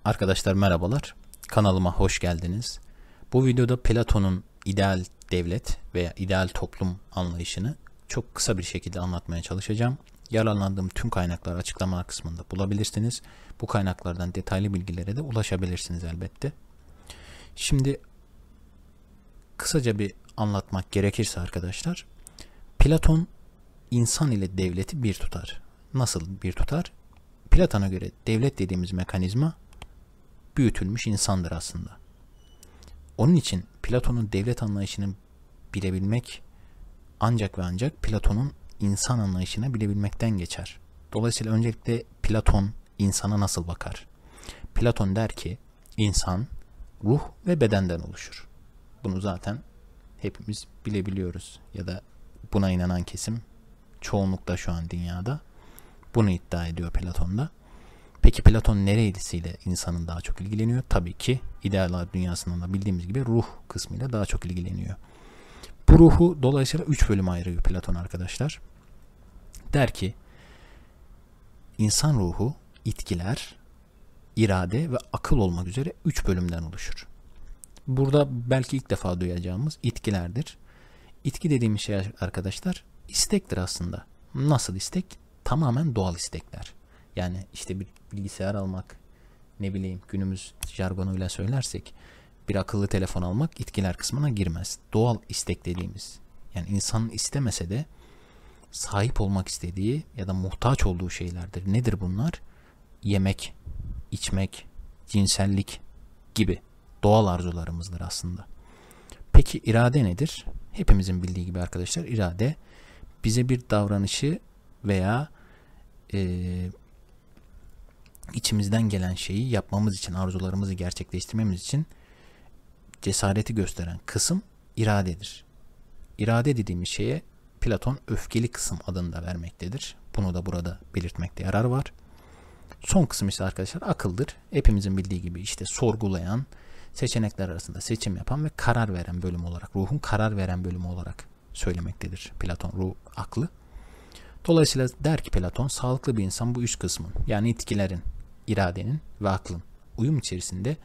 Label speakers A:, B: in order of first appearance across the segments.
A: Arkadaşlar merhabalar. Kanalıma hoş geldiniz. Bu videoda Platon'un ideal devlet veya ideal toplum anlayışını çok kısa bir şekilde anlatmaya çalışacağım. Yararlandığım tüm kaynakları açıklama kısmında bulabilirsiniz. Bu kaynaklardan detaylı bilgilere de ulaşabilirsiniz elbette. Şimdi kısaca bir anlatmak gerekirse arkadaşlar, Platon insan ile devleti bir tutar. Nasıl bir tutar? Platon'a göre devlet dediğimiz mekanizma büyütülmüş insandır aslında. Onun için Platon'un devlet anlayışını bilebilmek ancak ve ancak Platon'un insan anlayışını bilebilmekten geçer. Dolayısıyla öncelikle Platon insana nasıl bakar? Platon der ki insan ruh ve bedenden oluşur. Bunu zaten hepimiz bilebiliyoruz ya da buna inanan kesim çoğunlukta şu an dünyada bunu iddia ediyor Platon'da. Peki Platon neresiyle insanın daha çok ilgileniyor? Tabii ki idealler dünyasından da bildiğimiz gibi ruh kısmıyla daha çok ilgileniyor. Bu ruhu dolayısıyla 3 bölüme ayırıyor Platon arkadaşlar. Der ki insan ruhu, itkiler, irade ve akıl olmak üzere 3 bölümden oluşur. Burada belki ilk defa duyacağımız itkilerdir. İtki dediğimiz şey arkadaşlar istektir aslında. Nasıl istek? Tamamen doğal istekler. Yani işte bir bilgisayar almak, ne bileyim günümüz jargonuyla söylersek bir akıllı telefon almak itkiler kısmına girmez. Doğal istek dediğimiz, yani insanın istemese de sahip olmak istediği ya da muhtaç olduğu şeylerdir. Nedir bunlar? Yemek, içmek, cinsellik gibi doğal arzularımızdır aslında. Peki irade nedir? Hepimizin bildiği gibi arkadaşlar irade bize bir davranışı veya içimizden gelen şeyi yapmamız için, arzularımızı gerçekleştirmemiz için cesareti gösteren kısım iradedir. İrade dediğimiz şeye Platon öfkeli kısım adını da vermektedir. Bunu da burada belirtmekte yarar var. Son kısım ise arkadaşlar akıldır. Hepimizin bildiği gibi işte sorgulayan, seçenekler arasında seçim yapan ve karar veren bölüm olarak, ruhun karar veren bölümü olarak söylemektedir Platon, ruh, aklı. Dolayısıyla der ki Platon, sağlıklı bir insan bu üç kısmın, yani itkilerin, iradenin ve aklın uyum içerisinde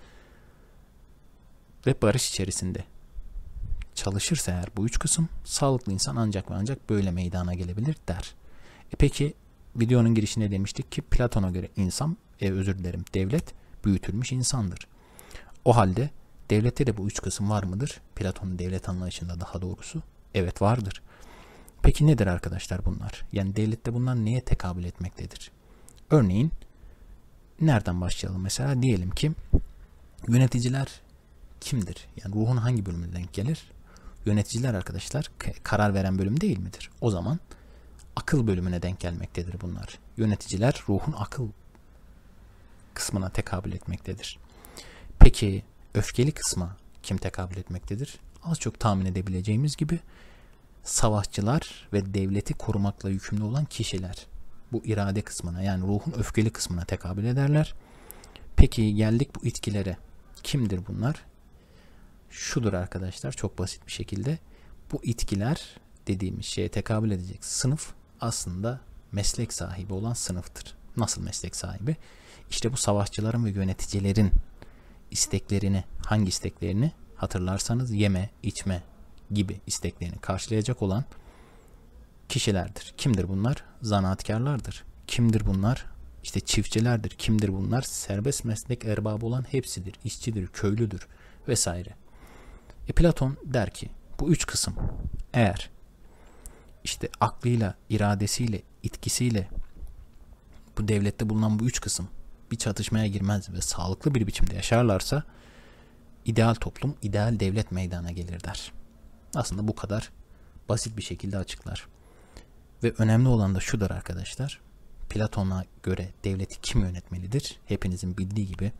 A: ve barış içerisinde çalışırsa eğer bu üç kısım, sağlıklı insan ancak ve ancak böyle meydana gelebilir der. Peki videonun girişinde demiştik ki Platon'a göre insan, devlet büyütülmüş insandır. O halde devlette de bu üç kısım var mıdır? Platon'un devlet anlayışında daha doğrusu evet vardır. Peki nedir arkadaşlar bunlar? Yani devlette bunlar neye tekabül etmektedir? Örneğin nereden başlayalım? Mesela diyelim ki yöneticiler kimdir? Yani ruhun hangi bölümüne denk gelir? Yöneticiler arkadaşlar karar veren bölüm değil midir? O zaman akıl bölümüne denk gelmektedir bunlar. Yöneticiler ruhun akıl kısmına tekabül etmektedir. Peki öfkeli kısma kim tekabül etmektedir? Az çok tahmin edebileceğimiz gibi savaşçılar ve devleti korumakla yükümlü olan kişiler bu irade kısmına, yani ruhun öfkeli kısmına tekabül ederler. Peki geldik bu itkilere. Kimdir bunlar? Şudur arkadaşlar, çok basit bir şekilde bu itkiler dediğimiz şeye tekabül edecek sınıf aslında meslek sahibi olan sınıftır. Nasıl meslek sahibi? İşte bu savaşçıların ve yöneticilerin isteklerini, hangi isteklerini hatırlarsanız yeme, içme gibi isteklerini karşılayacak olan kişilerdir. Kimdir bunlar? Zanaatkarlardır. Kimdir bunlar? İşte çiftçilerdir. Kimdir bunlar? Serbest meslek erbabı olan hepsidir. İşçidir, köylüdür vesaire. Platon der ki bu üç kısım eğer işte aklıyla, iradesiyle, itkisiyle bu devlette bulunan bu üç kısım bir çatışmaya girmez ve sağlıklı bir biçimde yaşarlarsa ideal toplum, ideal devlet meydana gelir der. Aslında bu kadar basit bir şekilde açıklar. Ve önemli olan da şudur arkadaşlar. Platon'a göre devleti kim yönetmelidir? Hepinizin bildiği gibi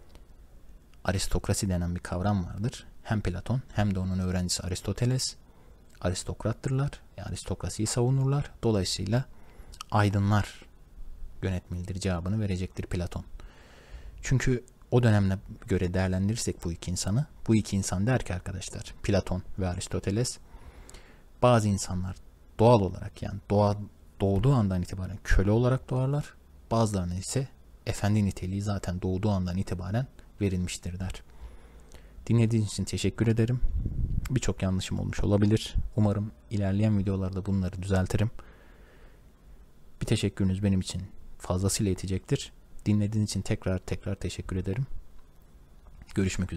A: aristokrasi denen bir kavram vardır. Hem Platon hem de onun öğrencisi Aristoteles aristokrattırlar. Yani aristokrasiyi savunurlar. Dolayısıyla aydınlar yönetmelidir cevabını verecektir Platon. Çünkü o dönemle göre değerlendirirsek bu iki insanı, bu iki insan der ki arkadaşlar, Platon ve Aristoteles, bazı insanlar doğal olarak, yani doğduğu andan itibaren köle olarak doğarlar. Bazılarına ise efendi niteliği zaten doğduğu andan itibaren verilmiştir der. Dinlediğiniz için teşekkür ederim. Birçok yanlışım olmuş olabilir. Umarım ilerleyen videolarda bunları düzeltirim. Bir teşekkürünüz benim için fazlasıyla yetecektir. Dinlediğiniz için tekrar teşekkür ederim. Görüşmek üzere.